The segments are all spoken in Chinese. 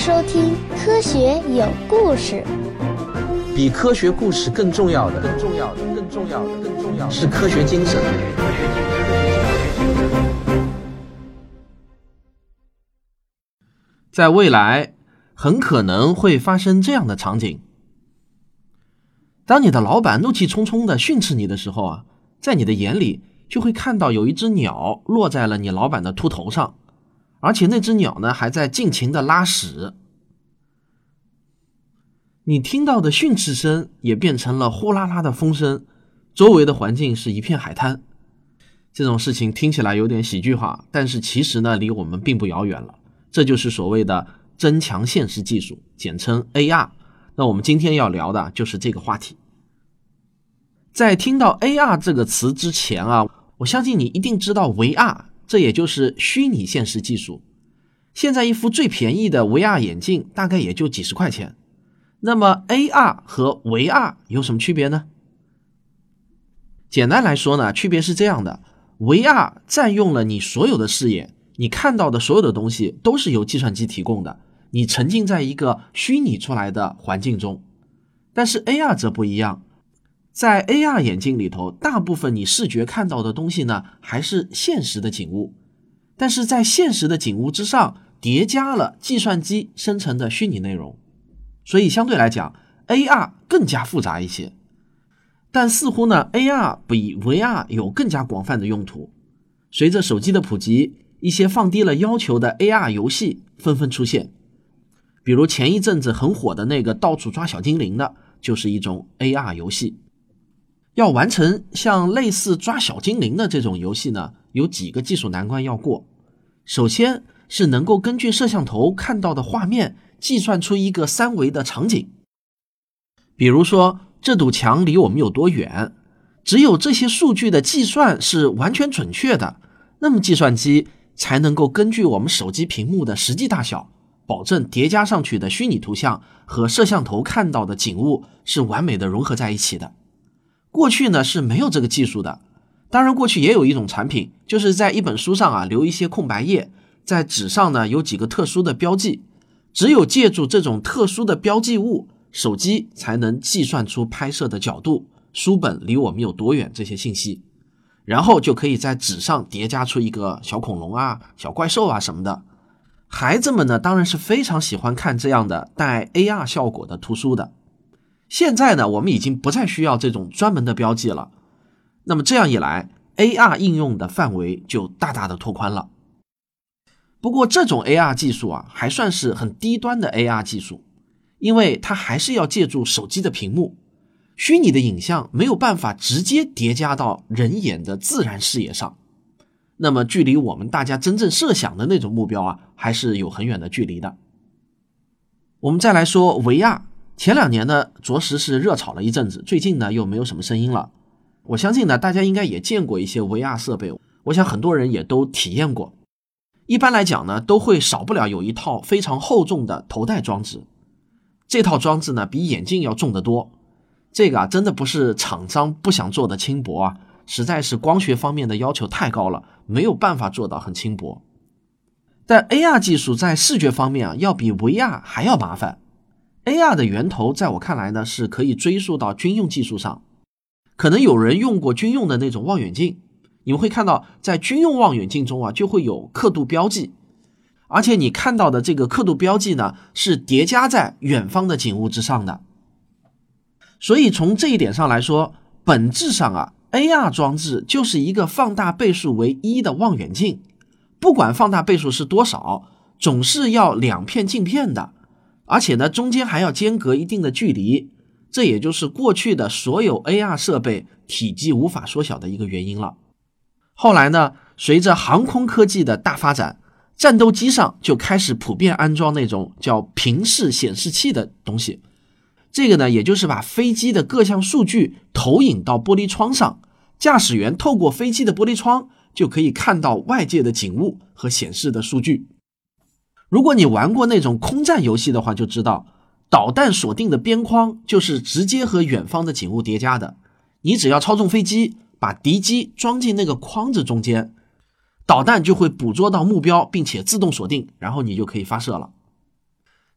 收听科学有故事。 比科学故事更重要的是科学精神。在未来很可能会发生这样的场景：当你的老板怒气冲冲地训斥你的时候啊，在你的眼里就会看到有一只鸟落在了你老板的秃头上，而且那只鸟呢还在尽情地拉屎。你听到的训斥声也变成了呼啦啦的风声，周围的环境是一片海滩。这种事情听起来有点喜剧化，但是其实呢离我们并不遥远了。这就是所谓的增强现实技术，简称 AR。 那我们今天要聊的就是这个话题。在听到 AR 这个词之前啊，我相信你一定知道 VR， 这也就是虚拟现实技术。现在一副最便宜的 VR 眼镜大概也就几十块钱。那么 AR 和 VR 有什么区别呢？简单来说呢，区别是这样的： VR 占用了你所有的视野，你看到的所有的东西都是由计算机提供的，你沉浸在一个虚拟出来的环境中。但是 AR 则不一样，在 AR 眼镜里头，大部分你视觉看到的东西呢，还是现实的景物，但是在现实的景物之上叠加了计算机生成的虚拟内容，所以相对来讲 AR 更加复杂一些。但似乎呢 AR 比 VR 有更加广泛的用途。随着手机的普及，一些放低了要求的 AR 游戏纷纷出现，比如前一阵子很火的那个到处抓小精灵的，就是一种 AR 游戏。要完成像类似抓小精灵的这种游戏呢，有几个技术难关要过。首先是能够根据摄像头看到的画面计算出一个三维的场景，比如说这堵墙离我们有多远，只有这些数据的计算是完全准确的，那么计算机才能够根据我们手机屏幕的实际大小，保证叠加上去的虚拟图像和摄像头看到的景物是完美的融合在一起的。过去呢是没有这个技术的。当然过去也有一种产品，就是在一本书上啊留一些空白页，在纸上呢有几个特殊的标记，只有借助这种特殊的标记物，手机才能计算出拍摄的角度，书本离我们有多远这些信息，然后就可以在纸上叠加出一个小恐龙啊、小怪兽啊什么的。孩子们呢当然是非常喜欢看这样的带 AR 效果的图书的。现在呢我们已经不再需要这种专门的标记了，那么这样一来 AR 应用的范围就大大的拓宽了。不过这种 AR 技术啊还算是很低端的 AR 技术，因为它还是要借助手机的屏幕，虚拟的影像没有办法直接叠加到人眼的自然视野上，那么距离我们大家真正设想的那种目标啊还是有很远的距离的。我们再来说 VR， 前两年呢着实是热炒了一阵子，最近呢又没有什么声音了。我相信呢大家应该也见过一些 VR 设备，我想很多人也都体验过。一般来讲呢都会少不了有一套非常厚重的头戴装置，这套装置呢比眼镜要重得多。这个啊真的不是厂商不想做的轻薄啊，实在是光学方面的要求太高了，没有办法做到很轻薄。但 AR 技术在视觉方面啊要比 VR 还要麻烦。AR 的源头在我看来呢是可以追溯到军用技术上。可能有人用过军用的那种望远镜，你们会看到在军用望远镜中啊就会有刻度标记，而且你看到的这个刻度标记呢是叠加在远方的景物之上的。所以从这一点上来说，本质上啊 AR 装置就是一个放大倍数为1的望远镜，不管放大倍数是多少，总是要两片镜片的，而且呢中间还要间隔一定的距离，这也就是过去的所有 AR 设备体积无法缩小的一个原因了。后来呢随着航空科技的大发展，战斗机上就开始普遍安装那种叫平视显示器的东西。这个呢也就是把飞机的各项数据投影到玻璃窗上，驾驶员透过飞机的玻璃窗就可以看到外界的景物和显示的数据。如果你玩过那种空战游戏的话就知道，导弹锁定的边框就是直接和远方的景物叠加的，你只要操纵飞机把敌机装进那个框子中间，导弹就会捕捉到目标并且自动锁定，然后你就可以发射了。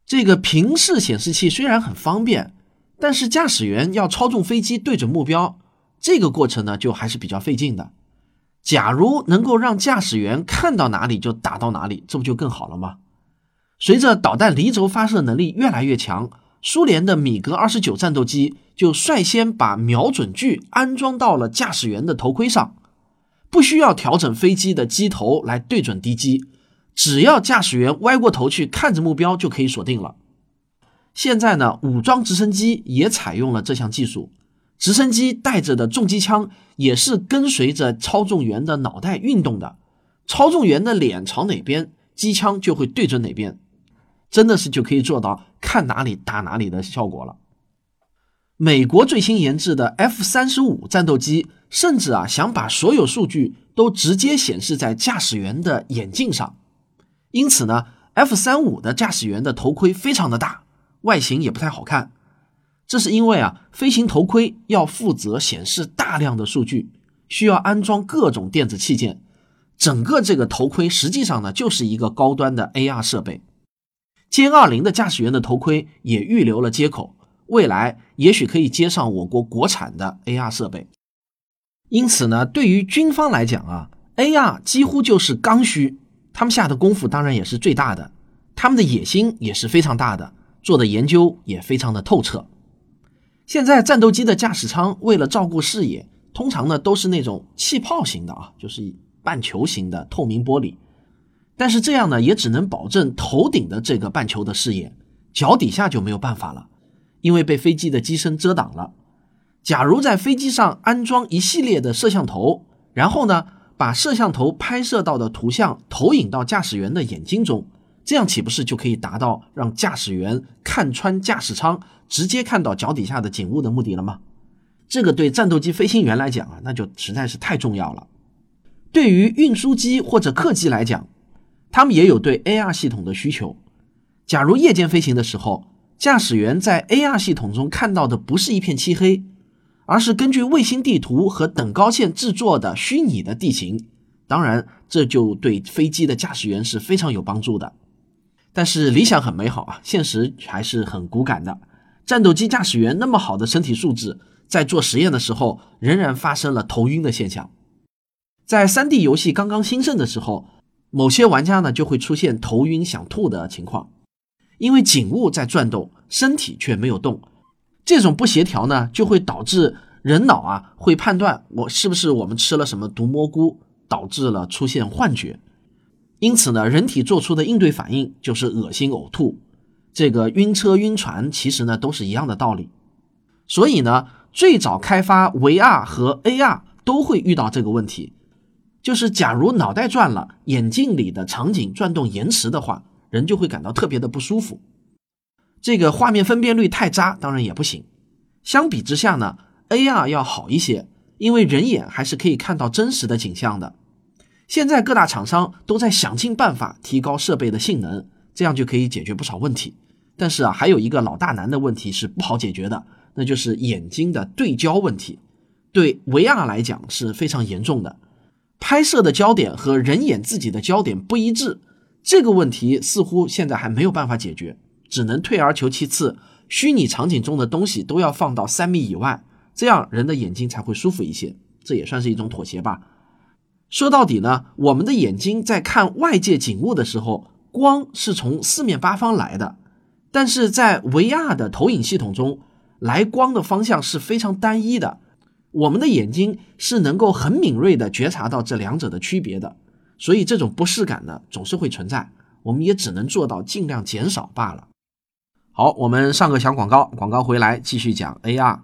这个平视显示器虽然很方便，但是驾驶员要操纵飞机对准目标，这个过程呢就还是比较费劲的。假如能够让驾驶员看到哪里就打到哪里，这不就更好了吗？随着导弹离轴发射能力越来越强，苏联的米格29战斗机就率先把瞄准具安装到了驾驶员的头盔上，不需要调整飞机的机头来对准敌机，只要驾驶员歪过头去看着目标就可以锁定了。现在呢，武装直升机也采用了这项技术，直升机带着的重机枪也是跟随着操纵员的脑袋运动的，操纵员的脸朝哪边，机枪就会对准哪边，真的是就可以做到看哪里打哪里的效果了。美国最新研制的 F-35 战斗机甚至想把所有数据都直接显示在驾驶员的眼镜上，因此呢 F-35 的驾驶员的头盔非常的大，外形也不太好看。这是因为飞行头盔要负责显示大量的数据，需要安装各种电子器件，整个这个头盔实际上呢就是一个高端的 AR 设备。歼20的驾驶员的头盔也预留了接口，未来也许可以接上我国国产的 AR 设备。因此呢，对于军方来讲AR 几乎就是刚需，他们下的功夫当然也是最大的，他们的野心也是非常大的，做的研究也非常的透彻。现在战斗机的驾驶舱为了照顾视野，通常呢都是那种气泡型的就是半球形的透明玻璃，但是这样呢也只能保证头顶的这个半球的视野，脚底下就没有办法了，因为被飞机的机身遮挡了。假如在飞机上安装一系列的摄像头，然后呢把摄像头拍摄到的图像投影到驾驶员的眼睛中，这样岂不是就可以达到让驾驶员看穿驾驶舱，直接看到脚底下的景物的目的了吗？这个对战斗机飞行员来讲那就实在是太重要了。对于运输机或者客机来讲，他们也有对 AR 系统的需求。假如夜间飞行的时候，驾驶员在 AR 系统中看到的不是一片漆黑，而是根据卫星地图和等高线制作的虚拟的地形，当然这就对飞机的驾驶员是非常有帮助的。但是理想很美好现实还是很骨感的。战斗机驾驶员那么好的身体素质，在做实验的时候仍然发生了头晕的现象。在 3D 游戏刚刚兴盛的时候，某些玩家呢就会出现头晕想吐的情况，因为景物在转动，身体却没有动。这种不协调呢，就会导致人脑会判断是不是我们吃了什么毒蘑菇，导致了出现幻觉。因此呢，人体做出的应对反应就是恶心呕吐。这个晕车晕船其实呢都是一样的道理。所以呢，最早开发 VR 和 AR 都会遇到这个问题，就是假如脑袋转了，眼镜里的场景转动延迟的话，人就会感到特别的不舒服。这个画面分辨率太渣当然也不行。相比之下呢， AR 要好一些，因为人眼还是可以看到真实的景象的。现在各大厂商都在想尽办法提高设备的性能，这样就可以解决不少问题。但是还有一个老大难的问题是不好解决的，那就是眼睛的对焦问题。对 VR 来讲是非常严重的，拍摄的焦点和人眼自己的焦点不一致，这个问题似乎现在还没有办法解决，只能退而求其次，虚拟场景中的东西都要放到3米以外，这样人的眼睛才会舒服一些，这也算是一种妥协吧。说到底呢，我们的眼睛在看外界景物的时候，光是从四面八方来的，但是在 VR 的投影系统中，来光的方向是非常单一的，我们的眼睛是能够很敏锐地觉察到这两者的区别的，所以这种不适感呢总是会存在，我们也只能做到尽量减少罢了。好，我们上个小广告，广告回来继续讲 AR。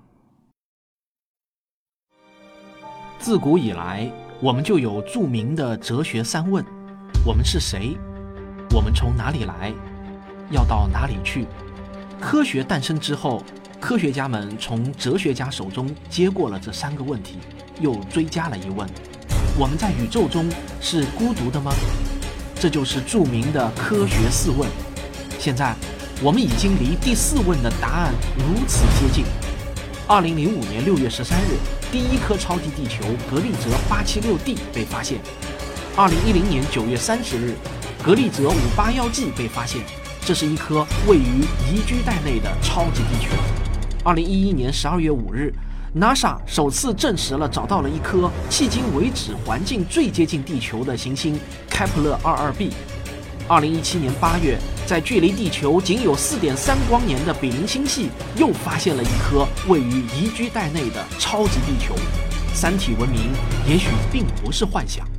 自古以来，我们就有著名的哲学三问：我们是谁？我们从哪里来？要到哪里去？科学诞生之后，科学家们从哲学家手中接过了这3个问题，又追加了一问：我们在宇宙中是孤独的吗？这就是著名的科学4问。现在我们已经离第4问的答案如此接近。2005年6月13日，第一颗超级地球格利泽 876d 被发现。2010年9月30日，格利泽581g 被发现， 这是一颗位于宜居带内的超级地球。2011年12月5日 NASA 首次证实了找到了一颗迄今为止环境最接近地球的行星开普勒 22b。2017年8月，在距离地球仅有 4.3 光年的比邻星系又发现了一颗位于宜居带内的超级地球。三体文明也许并不是幻想。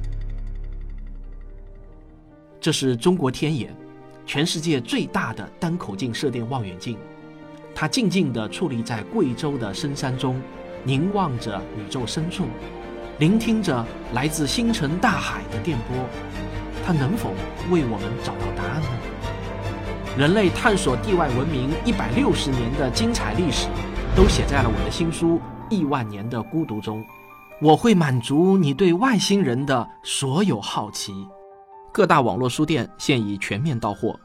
这是中国天眼，全世界最大的单口径射电望远镜，它静静地矗立在贵州的深山中，凝望着宇宙深处，聆听着来自星辰大海的电波。它能否为我们找到答案呢？人类探索地外文明160年的精彩历史，都写在了我的新书《亿万年的孤独》中。我会满足你对外星人的所有好奇。各大网络书店现已全面到货。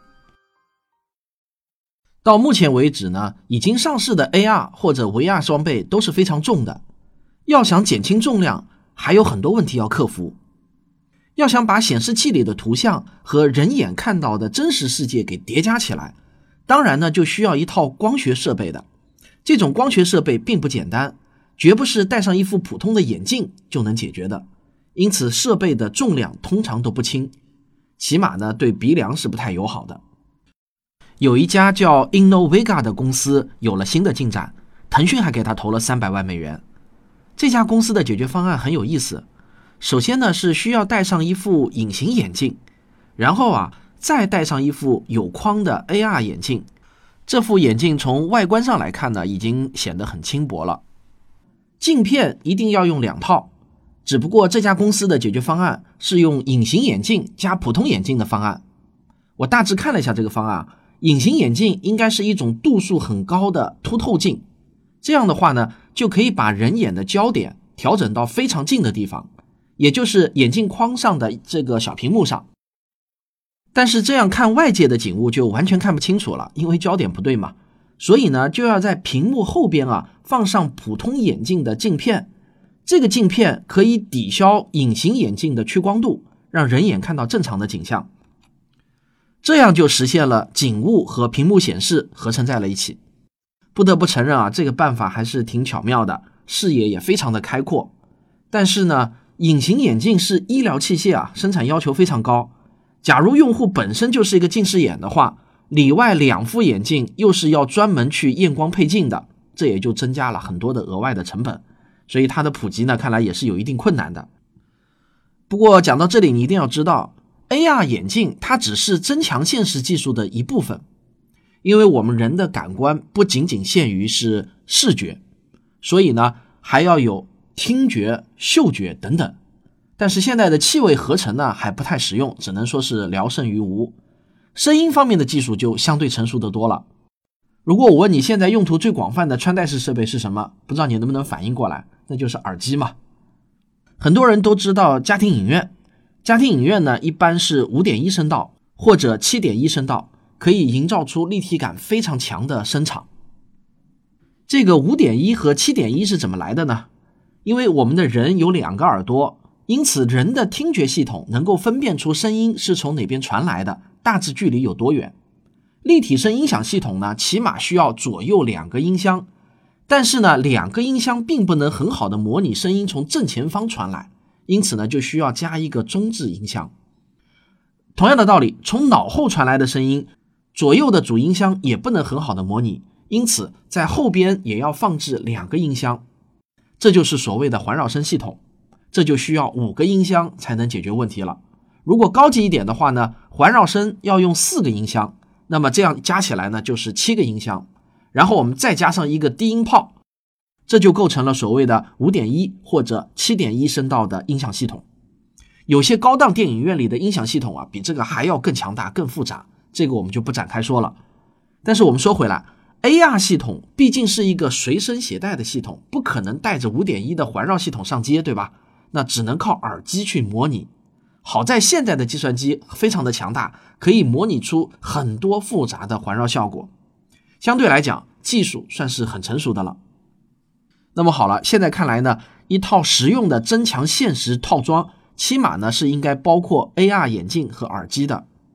到目前为止呢，已经上市的 AR 或者 VR 装备都是非常重的，要想减轻重量，还有很多问题要克服。要想把显示器里的图像和人眼看到的真实世界给叠加起来，当然呢就需要一套光学设备的。这种光学设备并不简单，绝不是戴上一副普通的眼镜就能解决的，因此设备的重量通常都不轻，起码呢对鼻梁是不太友好的。有一家叫 Innovega 的公司有了新的进展，腾讯还给他投了300万美元。这家公司的解决方案很有意思，首先呢是需要戴上一副隐形眼镜，然后再戴上一副有框的 AR 眼镜。这副眼镜从外观上来看呢，已经显得很轻薄了。镜片一定要用2套，只不过这家公司的解决方案是用隐形眼镜加普通眼镜的方案。我大致看了一下这个方案，隐形眼镜应该是一种度数很高的凸透镜，这样的话呢，就可以把人眼的焦点调整到非常近的地方，也就是眼镜框上的这个小屏幕上。但是这样看外界的景物就完全看不清楚了，因为焦点不对嘛。所以呢，就要在屏幕后边放上普通眼镜的镜片，这个镜片可以抵消隐形眼镜的屈光度，让人眼看到正常的景象。这样就实现了景物和屏幕显示合成在了一起。不得不承认这个办法还是挺巧妙的，视野也非常的开阔。但是呢，隐形眼镜是医疗器械生产要求非常高。假如用户本身就是一个近视眼的话，里外2副眼镜又是要专门去验光配镜的，这也就增加了很多的额外的成本，所以它的普及呢，看来也是有一定困难的。不过讲到这里，你一定要知道 AR 眼镜它只是增强现实技术的一部分，因为我们人的感官不仅仅限于是视觉，所以呢还要有听觉、嗅觉等等。但是现在的气味合成呢还不太实用，只能说是聊胜于无。声音方面的技术就相对成熟的多了。如果我问你现在用途最广泛的穿戴式设备是什么，不知道你能不能反应过来，那就是耳机嘛。很多人都知道家庭影院，家庭影院呢一般是 5.1 声道或者 7.1 声道，可以营造出立体感非常强的声场。这个 5.1 和 7.1 是怎么来的呢？因为我们的人有2个耳朵，因此人的听觉系统能够分辨出声音是从哪边传来的，大致距离有多远。立体声音响系统呢，起码需要左右2个音箱，但是呢2个音箱并不能很好的模拟声音从正前方传来，因此呢就需要加一个中置音箱。同样的道理，从脑后传来的声音，左右的主音箱也不能很好的模拟，因此在后边也要放置2个音箱，这就是所谓的环绕声系统。这就需要5个音箱才能解决问题了。如果高级一点的话呢，环绕声要用4个音箱，那么这样加起来呢就是7个音箱，然后我们再加上一个低音炮，这就构成了所谓的 5.1 或者 7.1 声道的音响系统。有些高档电影院里的音响系统比这个还要更强大更复杂，这个我们就不展开说了。但是我们说回来， AR 系统毕竟是一个随身携带的系统，不可能带着 5.1 的环绕系统上街，对吧？那只能靠耳机去模拟。好在现在的计算机非常的强大，可以模拟出很多复杂的环绕效果，相对来讲技术算是很成熟的了。那么好了，现在看来呢，一套实用的增强现实套装起码呢是应该包括 AR 眼镜和耳机的。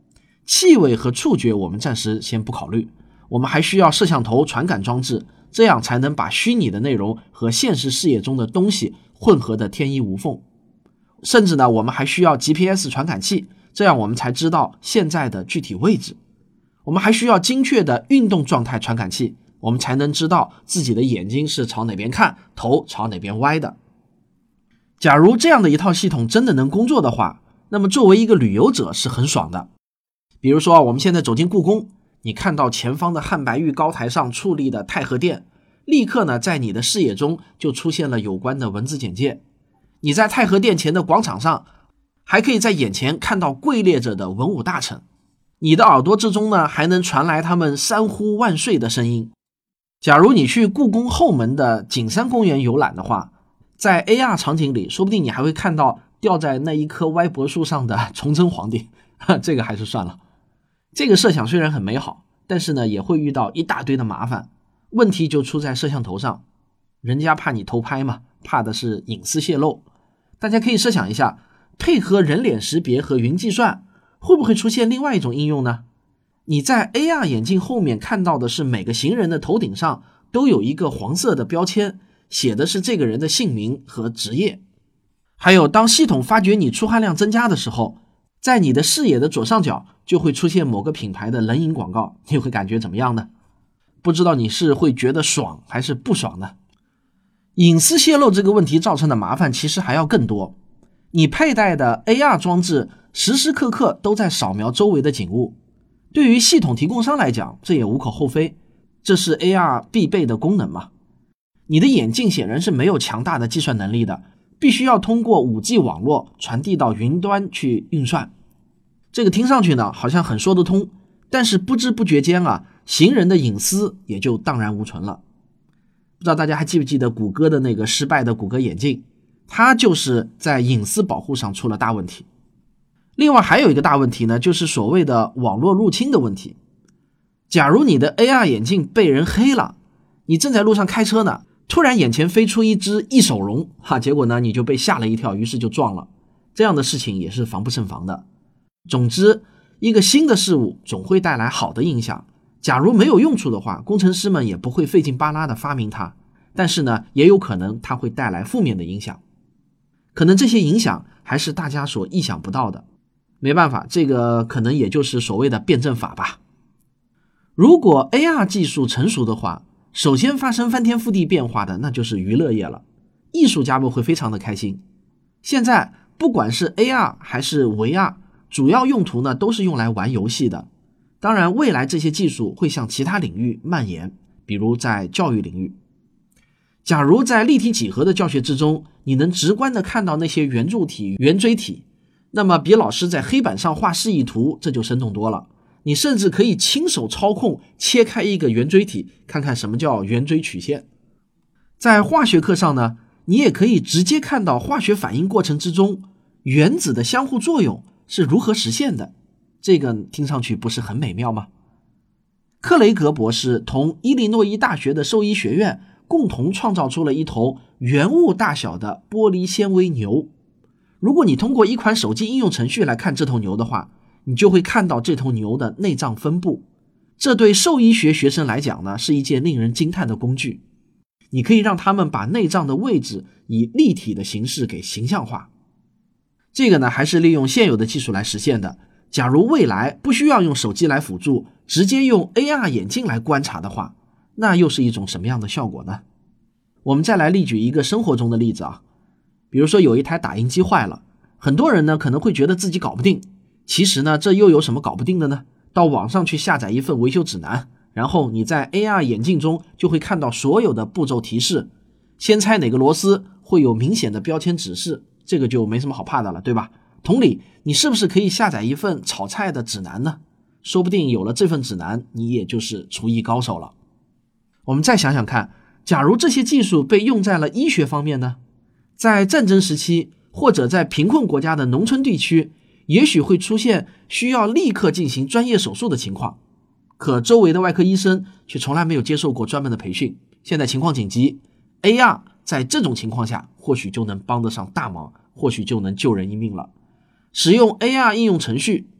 气味和触觉我们暂时先不考虑，我们还需要摄像头传感装置，这样才能把虚拟的内容和现实视野中的东西混合的天衣无缝。甚至呢，我们还需要 GPS 传感器，这样我们才知道现在的具体位置。我们还需要精确的运动状态传感器，我们才能知道自己的眼睛是朝哪边看，头朝哪边歪的。假如这样的一套系统真的能工作的话，那么作为一个旅游者是很爽的。比如说我们现在走进故宫，你看到前方的汉白玉高台上矗立的太和殿，立刻呢在你的视野中就出现了有关的文字简介。你在太和殿前的广场上，还可以在眼前看到跪列着的文武大臣，你的耳朵之中呢还能传来他们三呼万岁的声音。假如你去故宫后门的景山公园游览的话，在 AR 场景里，说不定你还会看到吊在那一棵歪脖树上的崇祯皇帝，这个还是算了。这个设想虽然很美好，但是呢也会遇到一大堆的麻烦。问题就出在摄像头上，人家怕你偷拍嘛，怕的是隐私泄露。大家可以设想一下，配合人脸识别和云计算，会不会出现另外一种应用呢？你在 AR 眼镜后面看到的是每个行人的头顶上都有一个黄色的标签，写的是这个人的姓名和职业。还有当系统发觉你出汗量增加的时候，在你的视野的左上角就会出现某个品牌的冷饮广告，你会感觉怎么样呢？不知道你是会觉得爽还是不爽呢？隐私泄露这个问题造成的麻烦其实还要更多。你佩戴的 AR 装置时时刻刻都在扫描周围的景物，对于系统提供商来讲，这也无可厚非，这是 AR 必备的功能嘛。你的眼镜显然是没有强大的计算能力的，必须要通过 5G 网络传递到云端去运算。这个听上去呢好像很说得通，但是不知不觉间啊，行人的隐私也就荡然无存了。不知道大家还记不记得谷歌的那个失败的谷歌眼镜，它就是在隐私保护上出了大问题。另外还有一个大问题呢，就是所谓的网络入侵的问题。假如你的 AR 眼镜被人黑了，你正在路上开车呢，突然眼前飞出一只异手龙，结果呢你就被吓了一跳，于是就撞了。这样的事情也是防不胜防的。总之，一个新的事物总会带来好的影响，假如没有用处的话，工程师们也不会费劲巴拉的发明它，但是呢也有可能它会带来负面的影响，可能这些影响还是大家所意想不到的。没办法，这个可能也就是所谓的辩证法吧。如果 AR 技术成熟的话，首先发生翻天覆地变化的那就是娱乐业了，艺术家们会非常的开心。现在不管是 AR 还是 VR， 主要用途呢都是用来玩游戏的。当然未来这些技术会向其他领域蔓延，比如在教育领域。假如在立体几何的教学之中，你能直观的看到那些圆柱体、圆锥体，那么比老师在黑板上画示意图这就生动多了。你甚至可以亲手操控切开一个圆锥体，看看什么叫圆锥曲线。在化学课上呢，你也可以直接看到化学反应过程之中原子的相互作用是如何实现的，这个听上去不是很美妙吗？克雷格博士同伊利诺伊大学的兽医学院共同创造出了一头原物大小的玻璃纤维牛。如果你通过一款手机应用程序来看这头牛的话，你就会看到这头牛的内脏分布。这对兽医学学生来讲呢，是一件令人惊叹的工具。你可以让他们把内脏的位置以立体的形式给形象化。这个呢，还是利用现有的技术来实现的。假如未来不需要用手机来辅助，直接用 AR 眼镜来观察的话，那又是一种什么样的效果呢？我们再来例举一个生活中的例子啊，比如说有一台打印机坏了，很多人呢可能会觉得自己搞不定，其实呢这又有什么搞不定的呢？到网上去下载一份维修指南，然后你在 AR 眼镜中就会看到所有的步骤提示，先拆哪个螺丝会有明显的标签指示，这个就没什么好怕的了，对吧？同理，你是不是可以下载一份炒菜的指南呢？说不定有了这份指南，你也就是厨艺高手了。我们再想想看，假如这些技术被用在了医学方面呢？在战争时期，或者在贫困国家的农村地区，也许会出现需要立刻进行专业手术的情况，可周围的外科医生却从来没有接受过专门的培训。现在情况紧急， AR 在这种情况下或许就能帮得上大忙，或许就能救人一命了。使用 AR 应用程序，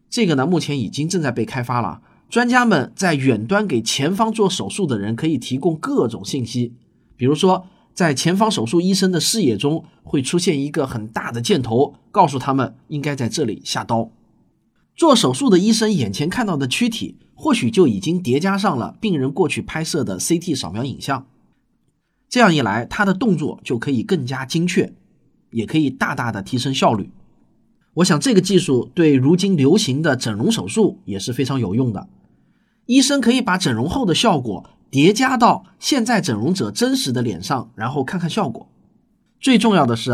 这个呢目前已经正在被开发了，专家们在远端给前方做手术的人可以提供各种信息，比如说在前方手术医生的视野中会出现一个很大的箭头，告诉他们应该在这里下刀。做手术的医生眼前看到的躯体或许就已经叠加上了病人过去拍摄的 CT 扫描影像，这样一来他的动作就可以更加精确，也可以大大的提升效率。我想这个技术对如今流行的整容手术也是非常有用的，医生可以把整容后的效果叠加到现在整容者真实的脸上，然后看看效果。最重要的是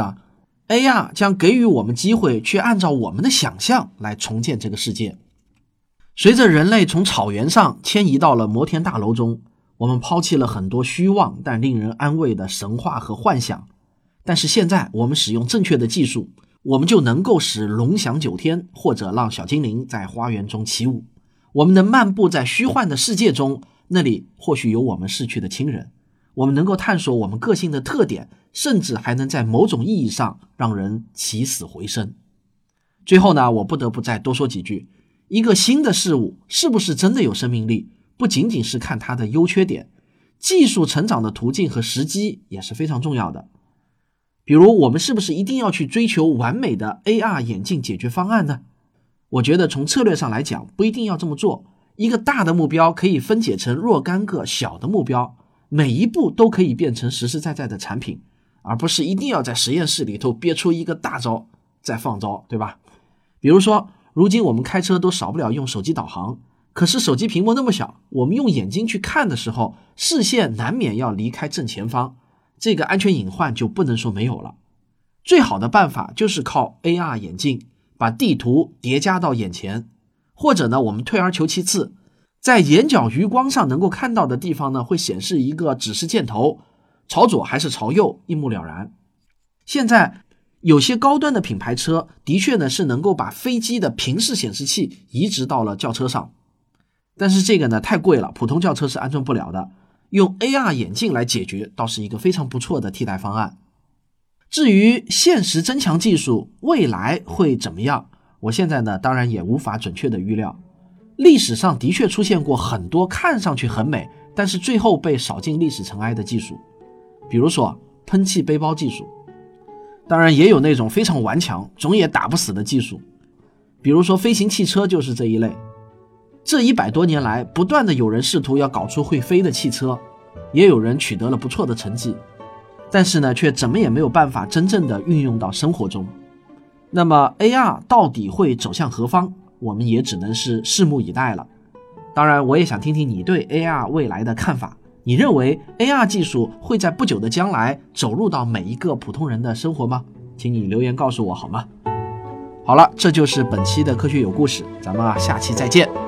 AR 将给予我们机会去按照我们的想象来重建这个世界。随着人类从草原上迁移到了摩天大楼中，我们抛弃了很多虚妄但令人安慰的神话和幻想，但是现在我们使用正确的技术，我们就能够使龙翔9天，或者让小精灵在花园中起舞。我们能漫步在虚幻的世界中，那里或许有我们逝去的亲人。我们能够探索我们个性的特点，甚至还能在某种意义上让人起死回生。最后呢，我不得不再多说几句，一个新的事物是不是真的有生命力，不仅仅是看它的优缺点，技术成长的途径和时机也是非常重要的。比如我们是不是一定要去追求完美的 AR 眼镜解决方案呢？我觉得从策略上来讲不一定要这么做，一个大的目标可以分解成若干个小的目标，每一步都可以变成实实在在的产品，而不是一定要在实验室里头憋出一个大招再放招，对吧？比如说如今我们开车都少不了用手机导航，可是手机屏幕那么小，我们用眼睛去看的时候，视线难免要离开正前方，这个安全隐患就不能说没有了。最好的办法就是靠 AR 眼镜把地图叠加到眼前，或者呢我们退而求其次，在眼角余光上能够看到的地方呢，会显示一个指示箭头，朝左还是朝右一目了然。现在有些高端的品牌车的确呢是能够把飞机的平视显示器移植到了轿车上，但是这个呢太贵了，普通轿车是安装不了的，用 AR 眼镜来解决倒是一个非常不错的替代方案。至于现实增强技术未来会怎么样，我现在呢当然也无法准确的预料。历史上的确出现过很多看上去很美，但是最后被扫进历史尘埃的技术，比如说喷气背包技术，当然也有那种非常顽强总也打不死的技术，比如说飞行汽车就是这一类。这100多年来不断的有人试图要搞出会飞的汽车，也有人取得了不错的成绩，但是呢却怎么也没有办法真正的运用到生活中。那么 AR 到底会走向何方，我们也只能是拭目以待了。当然我也想听听你对 AR 未来的看法，你认为 AR 技术会在不久的将来走入到每一个普通人的生活吗？请你留言告诉我好吗？好了，这就是本期的科学有故事，咱们下期再见。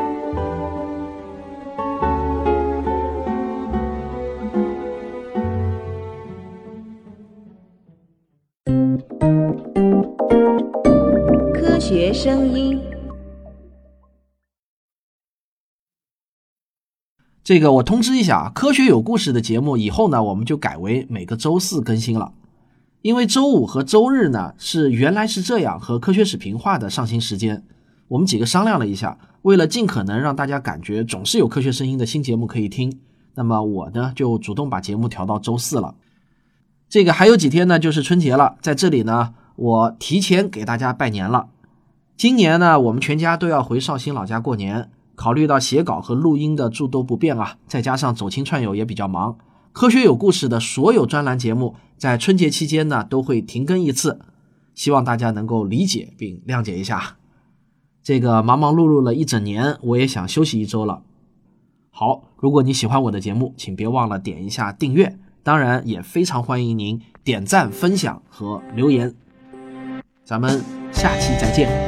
科学声音。 这个我通知一下，科学有故事的节目以后呢，我们就改为每个周4更新了。因为周5和周日呢是原来是这样和科学史评话的上新时间，我们几个商量了一下，为了尽可能让大家感觉总是有科学声音的新节目可以听，那么我呢就主动把节目调到周4了。这个还有几天呢就是春节了，在这里呢我提前给大家拜年了。今年呢我们全家都要回绍兴老家过年，考虑到写稿和录音的诸多不便再加上走亲串友也比较忙，科学有故事的所有专栏节目在春节期间呢都会停更一次，希望大家能够理解并谅解一下。这个忙忙碌碌了一整年，我也想休息1周了。好，如果你喜欢我的节目，请别忘了点一下订阅，当然也非常欢迎您点赞、分享和留言。咱们下期再见。